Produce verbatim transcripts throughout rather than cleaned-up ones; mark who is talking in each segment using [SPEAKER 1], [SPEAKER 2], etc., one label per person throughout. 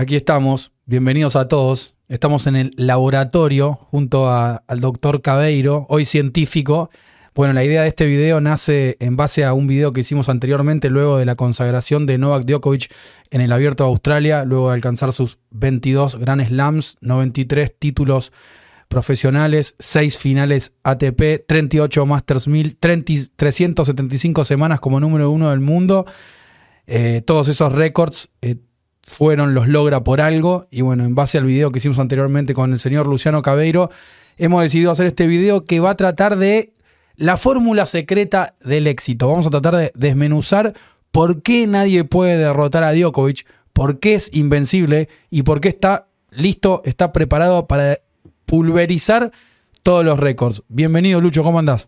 [SPEAKER 1] Aquí estamos, bienvenidos a todos. Estamos en el laboratorio junto a, al doctor Cabeiro, hoy científico. Bueno, la idea de este video nace en base a un video que hicimos anteriormente luego de la consagración de Novak Djokovic en el Abierto de Australia, luego de alcanzar sus veintidós Grand Slams, noventa y tres títulos profesionales, seis finales A T P, treinta y ocho Masters mil, trescientas setenta y cinco semanas como número uno del mundo. Eh, todos esos récords eh, fueron, los logra por algo. Y bueno, en base al video que hicimos anteriormente con el señor Luciano Cabeiro, hemos decidido hacer este video que va a tratar de la fórmula secreta del éxito. Vamos a tratar de desmenuzar por qué nadie puede derrotar a Djokovic, por qué es invencible y por qué está listo, está preparado para pulverizar todos los récords. Bienvenido, Lucho, ¿cómo andás?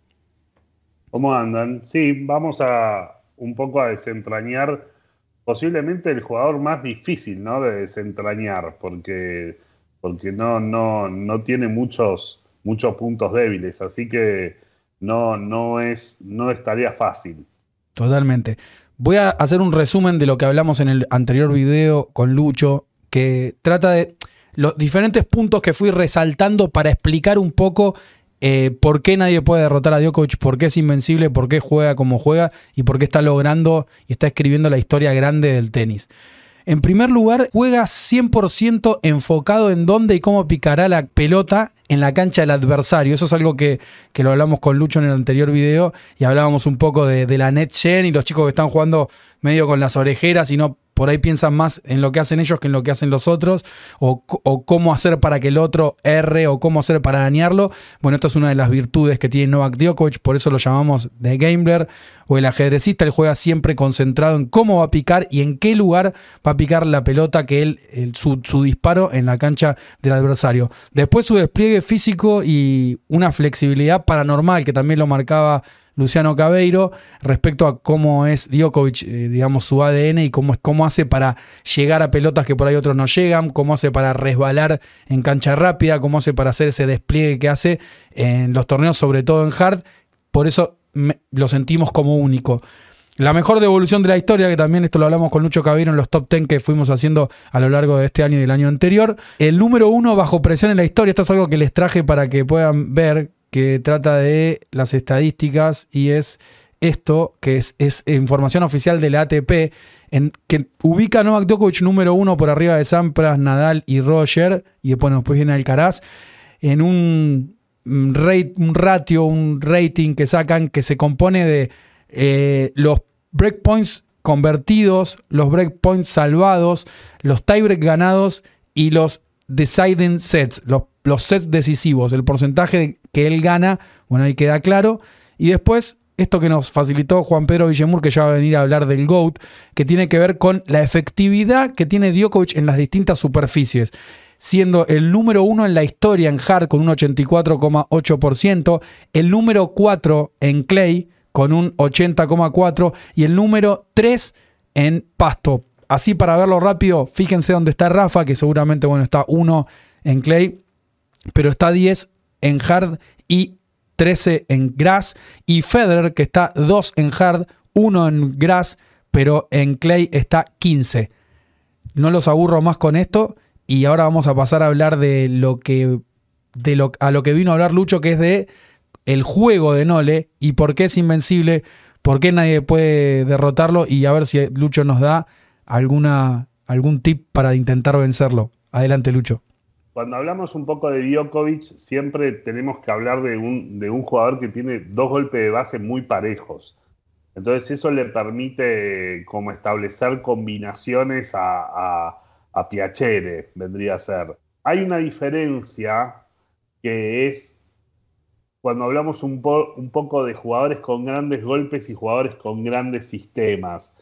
[SPEAKER 2] ¿Cómo andan? Sí, vamos a un poco a desentrañar posiblemente el jugador más difícil, ¿no? De desentrañar, porque, porque no, no, no tiene muchos, muchos puntos débiles, así que no, no es, no es tarea fácil.
[SPEAKER 1] Totalmente. Voy a hacer un resumen de lo que hablamos en el anterior video con Lucho, que trata de los diferentes puntos que fui resaltando para explicar un poco eh, por qué nadie puede derrotar a Djokovic, por qué es invencible, por qué juega como juega y por qué está logrando y está escribiendo la historia grande del tenis. En primer lugar, juega cien por ciento enfocado en dónde y cómo picará la pelota en la cancha del adversario. Eso es algo que, que lo hablamos con Lucho en el anterior video y hablábamos un poco de, de la Net Gen y los chicos que están jugando medio con las orejeras y no por ahí piensan más en lo que hacen ellos que en lo que hacen los otros, o, o cómo hacer para que el otro erre, o cómo hacer para dañarlo. Bueno, esto es una de las virtudes que tiene Novak Djokovic, por eso lo llamamos The Gambler, o el ajedrecista. Él juega siempre concentrado en cómo va a picar y en qué lugar va a picar la pelota, que él, el, su, su disparo en la cancha del adversario. Después su despliegue físico y una flexibilidad paranormal, que también lo marcaba Luciano Cabeiro, respecto a cómo es Djokovic, eh, digamos, su A D N y cómo, cómo hace para llegar a pelotas que por ahí otros no llegan, cómo hace para resbalar en cancha rápida, cómo hace para hacer ese despliegue que hace en los torneos, sobre todo en hard. Por eso me, lo sentimos como único. La mejor devolución de la historia, que también esto lo hablamos con Lucho Cabeiro en los top diez que fuimos haciendo a lo largo de este año y del año anterior. El número uno bajo presión en la historia, esto es algo que les traje para que puedan ver, que trata de las estadísticas y es esto, que es, es información oficial de la A T P, en, que ubica a Novak Djokovic número uno por arriba de Sampras, Nadal y Roger, y después, bueno, después viene Alcaraz, en un, rate, un ratio, un rating que sacan que se compone de eh, los breakpoints convertidos, los breakpoints salvados, los tiebreak ganados y los deciding sets, los, los sets decisivos, el porcentaje que él gana, bueno, ahí queda claro. Y después, esto que nos facilitó Juan Pedro Villemur, que ya va a venir a hablar del GOAT, que tiene que ver con la efectividad que tiene Djokovic en las distintas superficies, siendo el número uno en la historia en hard con un ochenta y cuatro coma ocho por ciento, el número cuatro en clay con un ochenta coma cuatro por ciento y el número tres en pasto. Así, para verlo rápido, fíjense dónde está Rafa, que seguramente, bueno, está uno en clay, pero está diez en hard y trece en grass. Y Federer, que está dos en hard, uno en grass, pero en clay está quince. No los aburro más con esto y ahora vamos a pasar a hablar de lo que, de lo, a lo que vino a hablar Lucho, que es de el juego de Nole y por qué es invencible, por qué nadie puede derrotarlo, y a ver si Lucho nos da alguna, algún tip para intentar vencerlo. Adelante, Lucho.
[SPEAKER 2] Cuando hablamos un poco de Djokovic, siempre tenemos que hablar de un, de un jugador que tiene dos golpes de base muy parejos. Entonces eso le permite como establecer combinaciones a, a, a piacere, vendría a ser. Hay una diferencia que es cuando hablamos un, po, un poco de jugadores con grandes golpes y jugadores con grandes sistemas.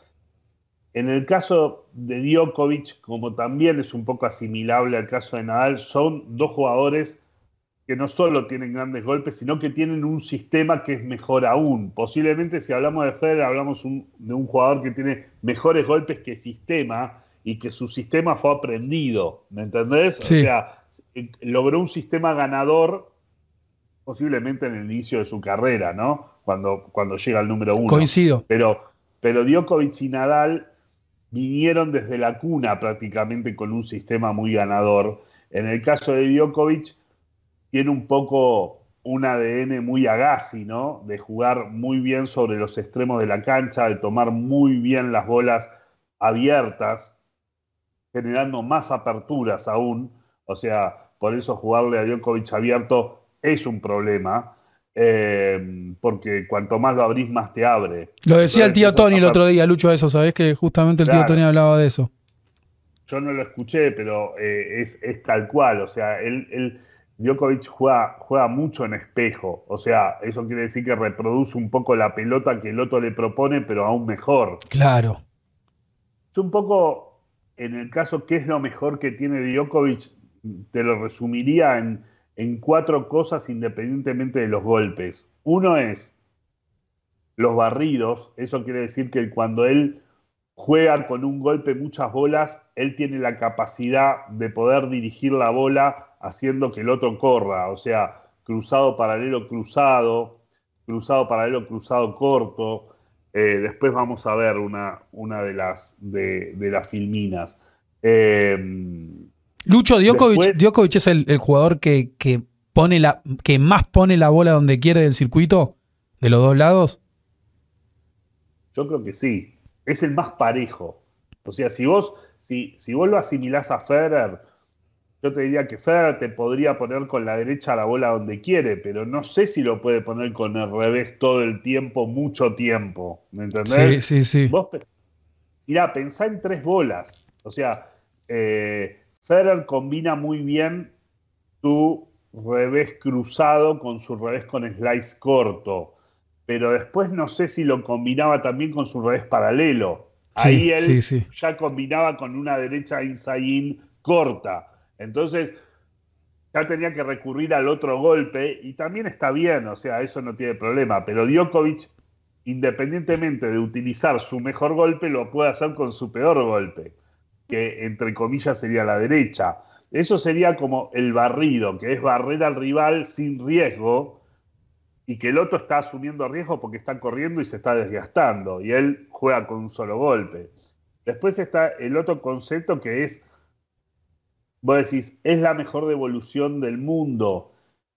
[SPEAKER 2] En el caso de Djokovic, como también es un poco asimilable al caso de Nadal, son dos jugadores que no solo tienen grandes golpes, sino que tienen un sistema que es mejor aún. Posiblemente, si hablamos de Federer, hablamos un, de un jugador que tiene mejores golpes que sistema y que su sistema fue aprendido, ¿me entendés?
[SPEAKER 1] Sí.
[SPEAKER 2] O sea, logró un sistema ganador posiblemente en el inicio de su carrera, ¿no? Cuando, cuando llega al número uno.
[SPEAKER 1] Coincido.
[SPEAKER 2] Pero, pero Djokovic y Nadal vinieron desde la cuna prácticamente con un sistema muy ganador. En el caso de Djokovic, tiene un poco un A D N muy Agassi, ¿no? De jugar muy bien sobre los extremos de la cancha, de tomar muy bien las bolas abiertas, generando más aperturas aún. O sea, por eso jugarle a Djokovic abierto es un problema, eh, porque cuanto más lo abrís, más te abre.
[SPEAKER 1] Lo decía el tío Tony el
[SPEAKER 2] a...
[SPEAKER 1] otro día, Lucho, eso, ¿sabés? Que justamente el
[SPEAKER 2] claro,
[SPEAKER 1] tío Tony hablaba de eso.
[SPEAKER 2] Yo no lo escuché, pero eh, es, es tal cual. O sea, él, él Djokovic juega, juega mucho en espejo. O sea, eso quiere decir que reproduce un poco la pelota que el otro le propone, pero aún mejor.
[SPEAKER 1] Claro.
[SPEAKER 2] Yo un poco, en el caso, ¿qué es lo mejor que tiene Djokovic? Te lo resumiría en, en cuatro cosas independientemente de los golpes. Uno es los barridos. Eso quiere decir que cuando él juega con un golpe muchas bolas, él tiene la capacidad de poder dirigir la bola haciendo que el otro corra, o sea, cruzado, paralelo, cruzado, cruzado, paralelo, cruzado, corto. Eh, después vamos a ver una, una de, las, de, de las filminas. Eh,
[SPEAKER 1] Lucho, Djokovic,
[SPEAKER 2] después,
[SPEAKER 1] Djokovic es el, el jugador que, que, pone la, que más pone la bola donde quiere del circuito, de los dos lados.
[SPEAKER 2] Yo creo que sí. Es el más parejo. O sea, si vos, si, si vos lo asimilás a Federer, yo te diría que Federer te podría poner con la derecha la bola donde quiere, pero no sé si lo puede poner con el revés todo el tiempo, mucho tiempo. ¿Me entendés?
[SPEAKER 1] Sí, sí, sí.
[SPEAKER 2] Vos, mirá, pensá en tres bolas. O sea, eh, Federer combina muy bien su revés cruzado con su revés con slice corto. Pero después no sé si lo combinaba también con su revés paralelo. Ahí
[SPEAKER 1] sí,
[SPEAKER 2] él
[SPEAKER 1] sí, sí.
[SPEAKER 2] ya combinaba con una derecha inside-in corta. Entonces ya tenía que recurrir al otro golpe y también está bien, o sea, eso no tiene problema. Pero Djokovic, independientemente de utilizar su mejor golpe, lo puede hacer con su peor golpe, que entre comillas sería la derecha. Eso sería como el barrido, que es barrer al rival sin riesgo, y que el otro está asumiendo riesgo porque está corriendo y se está desgastando, y él juega con un solo golpe. Después está el otro concepto que es, vos decís, es la mejor devolución del mundo.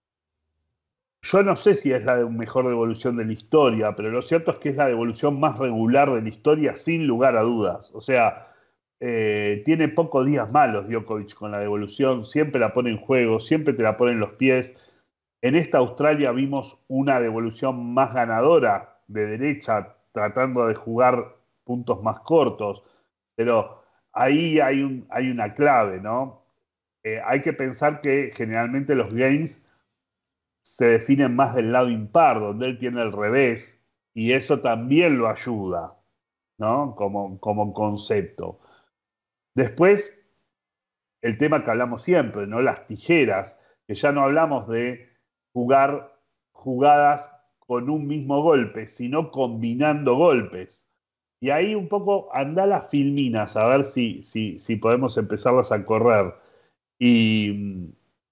[SPEAKER 2] Yo no sé si es la mejor devolución de la historia, pero lo cierto es que es la devolución más regular de la historia, sin lugar a dudas. O sea, eh, tiene pocos días malos Djokovic con la devolución, siempre la pone en juego, siempre te la pone en los pies. En esta Australia vimos una devolución más ganadora de derecha, tratando de jugar puntos más cortos, pero ahí hay, un, hay una clave, ¿no? Eh, hay que pensar que generalmente los games se definen más del lado impar, donde él tiene el revés, y eso también lo ayuda, ¿no? Como, como concepto. Después, el tema que hablamos siempre, ¿no? Las tijeras, que ya no hablamos de jugar jugadas con un mismo golpe, sino combinando golpes. Y ahí un poco anda las filminas, a ver si, si, si podemos empezarlas a correr. Y,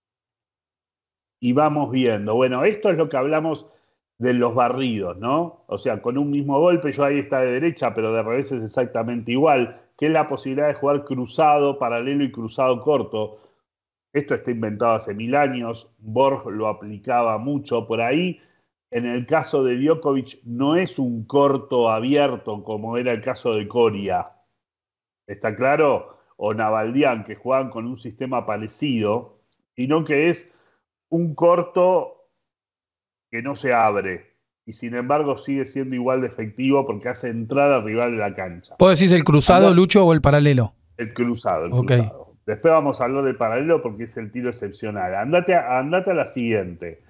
[SPEAKER 2] y vamos viendo. Bueno, esto es lo que hablamos de los barridos, ¿no? O sea, con un mismo golpe, yo ahí está de derecha, pero de revés es exactamente igual, que es la posibilidad de jugar cruzado, paralelo y cruzado corto. Esto está inventado hace mil años, Borg lo aplicaba mucho. Por ahí, en el caso de Djokovic, no es un corto abierto como era el caso de Coria, ¿está claro? O Nalbandián, que juegan con un sistema parecido, sino que es un corto que no se abre y sin embargo sigue siendo igual de efectivo porque hace entrar al rival en la cancha.
[SPEAKER 1] ¿Vos decís el cruzado, Andá, Lucho, o el paralelo?
[SPEAKER 2] El cruzado, el
[SPEAKER 1] okay.
[SPEAKER 2] cruzado. Después vamos a hablar del paralelo porque es el tiro excepcional. Andate a, andate a la siguiente.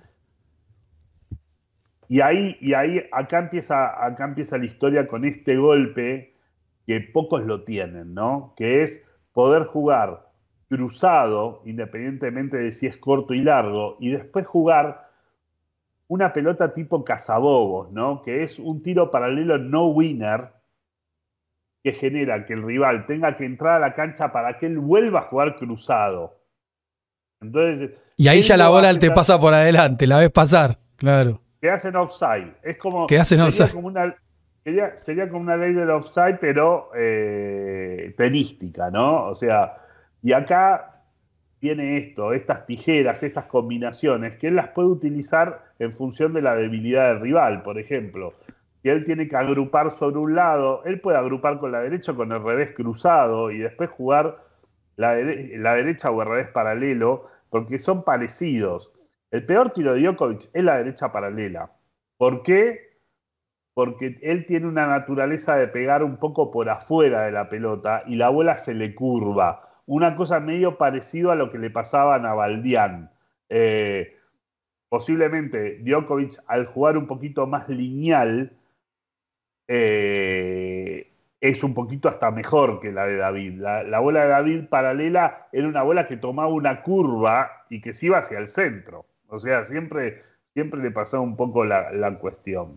[SPEAKER 2] Y ahí, y ahí acá, empieza, acá empieza la historia con este golpe que pocos lo tienen, ¿no? Que es poder jugar cruzado, independientemente de si es corto y largo, y después jugar una pelota tipo cazabobos, ¿no? Que es un tiro paralelo no winner, que genera que el rival tenga que entrar a la cancha para que él vuelva a jugar cruzado. Entonces,
[SPEAKER 1] y ahí ya la bola te pasa por adelante, la ves pasar, claro.
[SPEAKER 2] Que hacen offside. Es como,
[SPEAKER 1] que hacen offside.
[SPEAKER 2] Como una, sería, sería como una ley del offside, pero eh, tenística, ¿no? O sea, y acá viene esto, estas tijeras, estas combinaciones, que él las puede utilizar en función de la debilidad del rival, por ejemplo. Si él tiene que agrupar sobre un lado, él puede agrupar con la derecha o con el revés cruzado y después jugar la, dere- la derecha o el revés paralelo, porque son parecidos. El peor tiro de Djokovic es la derecha paralela. ¿Por qué? Porque él tiene una naturaleza de pegar un poco por afuera de la pelota y la bola se le curva. Una cosa medio parecido a lo que le pasaba a Nalbandián. Eh, posiblemente Djokovic, al jugar un poquito más lineal, eh, es un poquito hasta mejor que la de David. La, la bola de David paralela era una bola que tomaba una curva y que se iba hacia el centro. O sea, siempre, siempre le pasaba un poco la, la cuestión.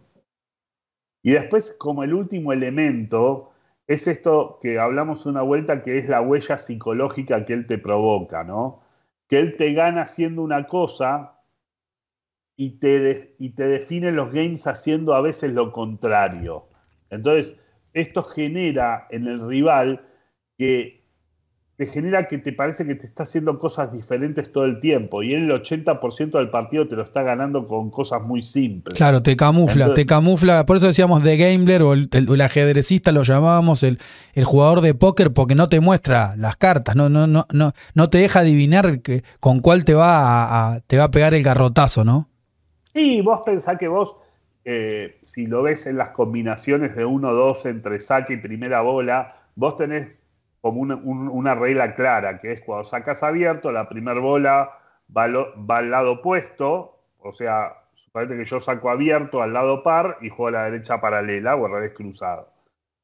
[SPEAKER 2] Y después, como el último elemento, es esto que hablamos una vuelta, que es la huella psicológica que él te provoca, ¿no? Que él te gana haciendo una cosa y te, de, y te define los games haciendo a veces lo contrario. Entonces, esto genera en el rival que te genera que te parece que te está haciendo cosas diferentes todo el tiempo, y él el ochenta por ciento del partido te lo está ganando con cosas muy simples.
[SPEAKER 1] Claro, te camufla,
[SPEAKER 2] Entonces,
[SPEAKER 1] te camufla. Por eso decíamos The Gambler o el, el, el ajedrecista, lo llamábamos el, el jugador de póker, porque no te muestra las cartas, no, no, no, no, no te deja adivinar que, con cuál te va a, a, te va a pegar el garrotazo, ¿no?
[SPEAKER 2] y vos pensás que vos, eh, si lo ves en las combinaciones de uno dos entre saque y primera bola, vos tenés como una, un, una regla clara, que es cuando sacas abierto, la primera bola va, lo, va al lado opuesto, o sea, suponete que yo saco abierto al lado par y juego a la derecha paralela o al revés cruzado.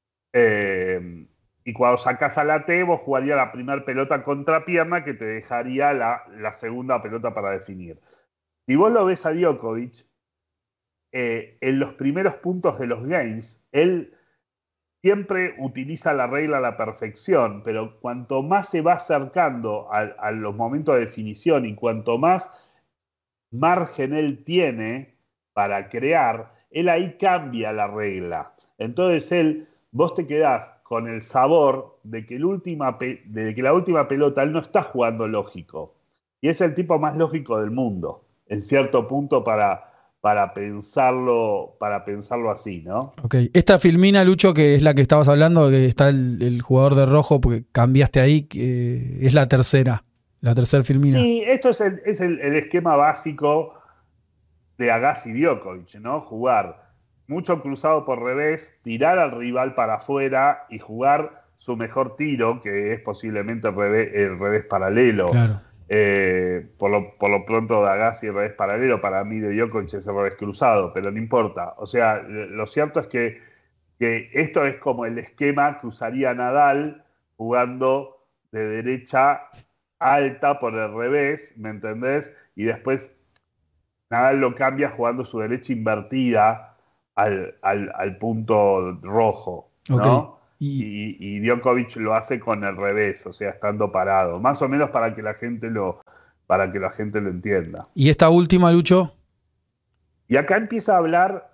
[SPEAKER 2] Eh, y cuando sacas a la T, vos jugarías la primera pelota contra pierna, que te dejaría la, la segunda pelota para definir. Si vos lo ves a Djokovic, eh, en los primeros puntos de los games, él siempre utiliza la regla a la perfección, pero cuanto más se va acercando a, a los momentos de definición y cuanto más margen él tiene para crear, él ahí cambia la regla. Entonces él, vos te quedás con el sabor de que, el última pe- de que la última pelota él no está jugando lógico. Y es el tipo más lógico del mundo, en cierto punto, para, para pensarlo, para pensarlo así, ¿no?
[SPEAKER 1] Ok. Esta Filmina, Lucho, que es la que estabas hablando, que está el, el jugador de rojo, porque cambiaste ahí, que es la tercera, la tercera Filmina.
[SPEAKER 2] Sí, esto es el, es el, el esquema básico de Agassi y Djokovic, ¿no? Jugar mucho cruzado por revés, tirar al rival para afuera y jugar su mejor tiro, que es posiblemente el revés, el revés paralelo.
[SPEAKER 1] Claro.
[SPEAKER 2] Eh, por, lo, por lo pronto de Agassi el revés paralelo, para mí de Djokovic es el revés cruzado, pero no importa. O sea, lo cierto es que, que esto es como el esquema que usaría Nadal jugando de derecha alta por el revés, ¿me entendés? Y después Nadal lo cambia jugando su derecha invertida al, al, al punto rojo, ¿no?
[SPEAKER 1] Okay. Y,
[SPEAKER 2] Y, y Djokovic lo hace con el revés, o sea, estando parado. Más o menos para que la gente lo, para que la gente lo entienda.
[SPEAKER 1] ¿Y esta última, Lucho?
[SPEAKER 2] Y acá empieza a hablar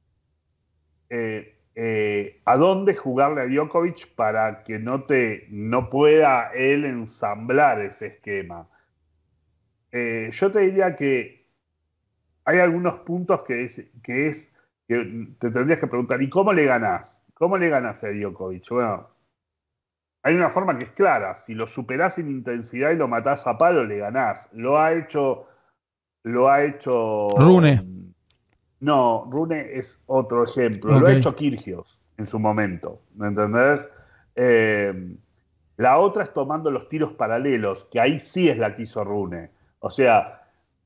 [SPEAKER 2] eh, eh, a dónde jugarle a Djokovic para que no, te, no pueda él ensamblar ese esquema. Eh, yo te diría que hay algunos puntos que es, que es que te tendrías que preguntar, ¿y cómo le ganás? ¿Cómo le ganás a Djokovic? Bueno, hay una forma que es clara. Si lo superás en intensidad y lo matás a palo, le ganás. Lo ha hecho... Lo ha hecho...
[SPEAKER 1] Rune.
[SPEAKER 2] No, Rune es otro ejemplo.
[SPEAKER 1] Okay.
[SPEAKER 2] Lo ha hecho Kyrgios en su momento. ¿Me entendés? Eh, la otra es tomando los tiros paralelos, que ahí sí es la que hizo Rune. O sea,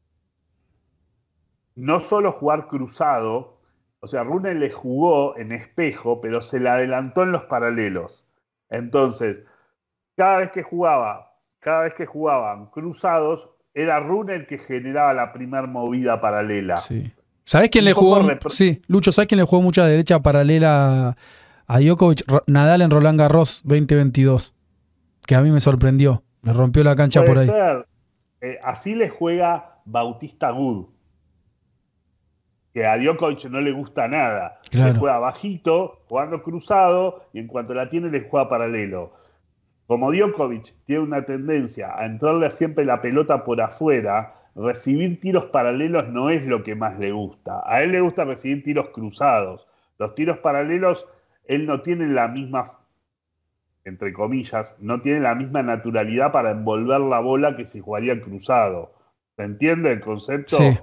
[SPEAKER 2] no solo jugar cruzado, o sea, Rune le jugó en espejo, pero se le adelantó en los paralelos. Entonces, cada vez que jugaba, cada vez que jugaban cruzados, era Rune el que generaba la primera movida paralela.
[SPEAKER 1] Sí. ¿Sabés quién Un le jugó? Repro- sí, Lucho, ¿sabés quién le jugó mucha derecha paralela a Djokovic? Nadal en Roland Garros veinte veintidós. Que a mí me sorprendió. Me rompió la cancha
[SPEAKER 2] Puede
[SPEAKER 1] por ahí.
[SPEAKER 2] Ser. Eh, así le juega Bautista Agut. que a Djokovic no le gusta nada.
[SPEAKER 1] Claro.
[SPEAKER 2] Le juega bajito, jugando cruzado, y en cuanto la tiene le juega paralelo. Como Djokovic tiene una tendencia a entrarle siempre la pelota por afuera, recibir tiros paralelos no es lo que más le gusta. A él le gusta recibir tiros cruzados. Los tiros paralelos, él no tiene la misma, entre comillas, no tiene la misma naturalidad para envolver la bola que si jugaría cruzado. ¿Se entiende el concepto?
[SPEAKER 1] Sí.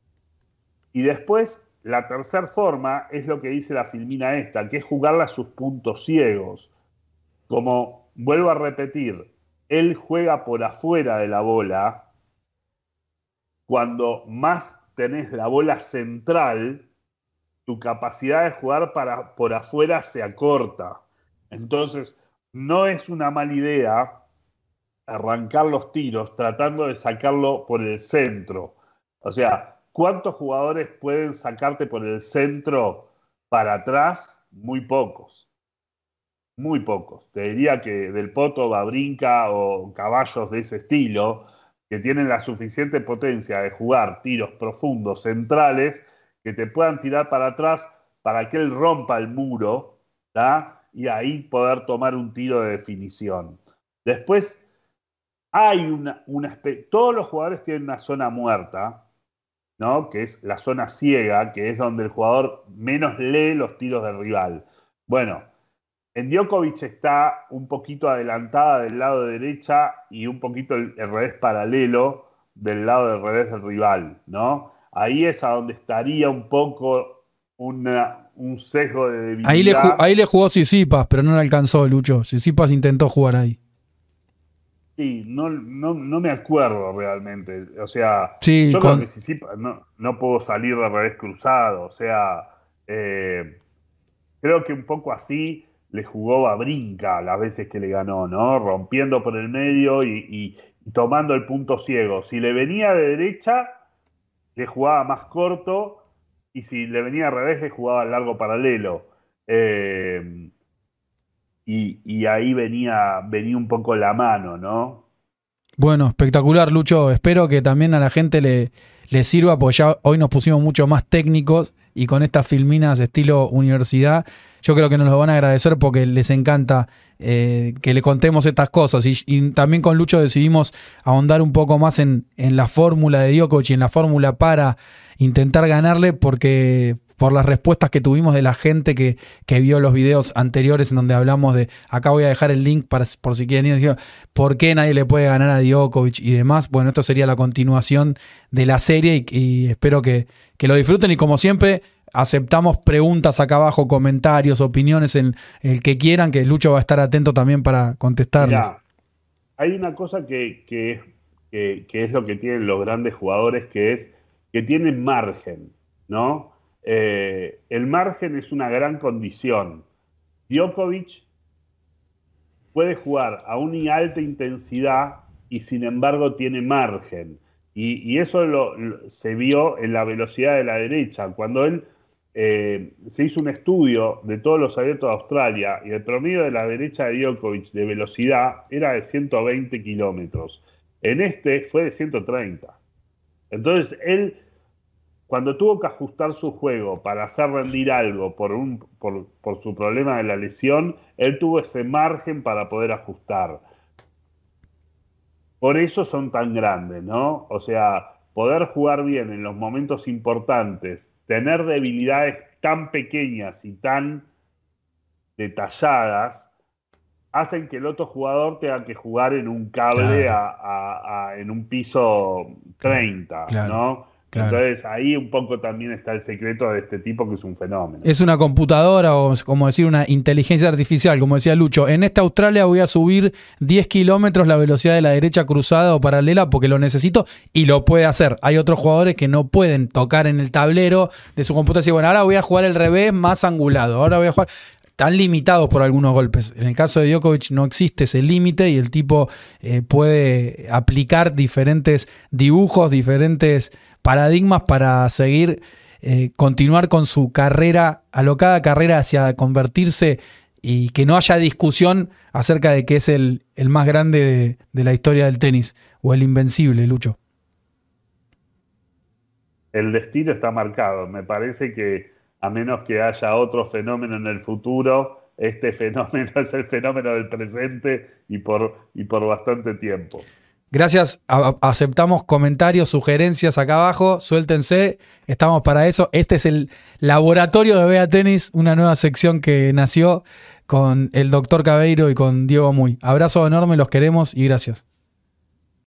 [SPEAKER 2] Y después, la tercera forma es lo que dice la filmina esta, que es jugarla a sus puntos ciegos. Como, vuelvo a repetir, él juega por afuera de la bola. Cuando más tenés la bola central, tu capacidad de jugar para, por afuera se acorta. Entonces, no es una mala idea arrancar los tiros tratando de sacarlo por el centro. O sea, ¿cuántos jugadores pueden sacarte por el centro para atrás? Muy pocos. Muy pocos. Te diría que Del Potro, Wawrinka o caballos de ese estilo, que tienen la suficiente potencia de jugar tiros profundos, centrales, que te puedan tirar para atrás para que él rompa el muro, ¿tá? Y ahí poder tomar un tiro de definición. Después, hay una, una... Todos los jugadores tienen una zona muerta, ¿no? Que es la zona ciega, que es donde el jugador menos lee los tiros del rival. Bueno, en Djokovic está un poquito adelantada del lado derecha y un poquito el, el revés paralelo del lado del revés del rival, ¿no? Ahí es a donde estaría un poco una, un sesgo de debilidad.
[SPEAKER 1] Ahí le, ahí le jugó Tsitsipas, pero no le alcanzó, Lucho. Tsitsipas intentó jugar ahí.
[SPEAKER 2] Sí, no, no, no me acuerdo realmente. O sea,
[SPEAKER 1] sí,
[SPEAKER 2] yo
[SPEAKER 1] con...
[SPEAKER 2] creo que Tsitsipas no, no puedo salir de revés cruzado. O sea, eh, creo que un poco así le jugó Wawrinka las veces que le ganó, ¿no? Rompiendo por el medio y, y, y tomando el punto ciego. Si le venía de derecha, le jugaba más corto, y si le venía al revés, le jugaba al largo paralelo. Eh, y, y ahí venía, venía un poco la mano, ¿no?
[SPEAKER 1] Bueno, espectacular, Lucho. Espero que también a la gente le, le sirva, porque ya hoy nos pusimos mucho más técnicos y con estas filminas estilo universidad, yo creo que nos lo van a agradecer porque les encanta eh, que le contemos estas cosas. Y, y también con Lucho decidimos ahondar un poco más en, en la fórmula de Djokovic y en la fórmula para intentar ganarle, porque por las respuestas que tuvimos de la gente que, que vio los videos anteriores en donde hablamos de, acá voy a dejar el link para, por si quieren ir, por qué nadie le puede ganar a Djokovic y demás. Bueno, esto sería la continuación de la serie y, y espero que, que lo disfruten, y como siempre aceptamos preguntas acá abajo, comentarios, opiniones, en el que quieran, que Lucho va a estar atento también para contestarles.
[SPEAKER 2] Mirá, hay una cosa que, que, que, que es lo que tienen los grandes jugadores, que es que tienen margen, ¿no? Eh, el margen es una gran condición. Djokovic puede jugar a una alta intensidad y sin embargo tiene margen. Y, y eso lo, lo, se vio en la velocidad de la derecha. Cuando él eh, se hizo un estudio de todos los abiertos de Australia y el promedio de la derecha de Djokovic de velocidad era de ciento veinte kilómetros. En este fue de ciento treinta. Entonces él, cuando tuvo que ajustar su juego para hacer rendir algo por, un, por, por su problema de la lesión, él tuvo ese margen para poder ajustar. Por eso son tan grandes, ¿no? O sea, poder jugar bien en los momentos importantes, tener debilidades tan pequeñas y tan detalladas, hacen que el otro jugador tenga que jugar en un cable, claro, a, a, a, en un piso treinta, claro, ¿no? Claro. Entonces ahí un poco también está el secreto de este tipo, que es un fenómeno.
[SPEAKER 1] Es una computadora, o como decir una inteligencia artificial, como decía Lucho. En esta Australia voy a subir diez kilómetros la velocidad de la derecha cruzada o paralela porque lo necesito, y lo puede hacer. Hay otros jugadores que no pueden tocar en el tablero de su computadora y decir, bueno, ahora voy a jugar el revés más angulado, ahora voy a jugar... Están limitados por algunos golpes. En el caso de Djokovic no existe ese límite y el tipo eh, puede aplicar diferentes dibujos, diferentes paradigmas para seguir, eh, continuar con su carrera, alocada carrera hacia convertirse, y que no haya discusión acerca de que es el, el más grande de, de la historia del tenis, o el invencible, Lucho.
[SPEAKER 2] el destino está marcado. Me parece que a menos que haya otro fenómeno en el futuro, este fenómeno es el fenómeno del presente y por, y por bastante tiempo.
[SPEAKER 1] Gracias, a, aceptamos comentarios, sugerencias acá abajo, suéltense, estamos para eso. Este es el laboratorio de Vea Tenis, una nueva sección que nació con el doctor Cabeiro y con Diego Muy. Abrazo enorme, los queremos y gracias.